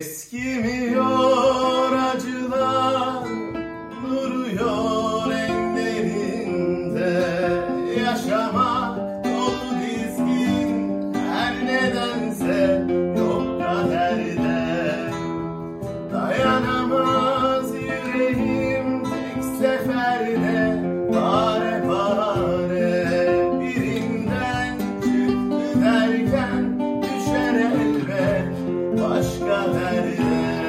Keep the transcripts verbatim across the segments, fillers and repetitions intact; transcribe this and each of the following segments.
Eskimiyor acılar, duruyor ellerinde. Yaşamak dolu dizgin, her nedense yok kaderde. Dayanamaz yüreğim tek seferde, pare pare. Birinden çıktı derken düşer elbet başka derde.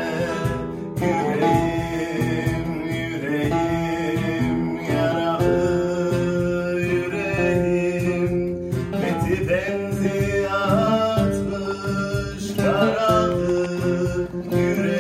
Yüreğim, yüreğim, yaralı yüreğim, beti benzi atmış karalı yüreğim.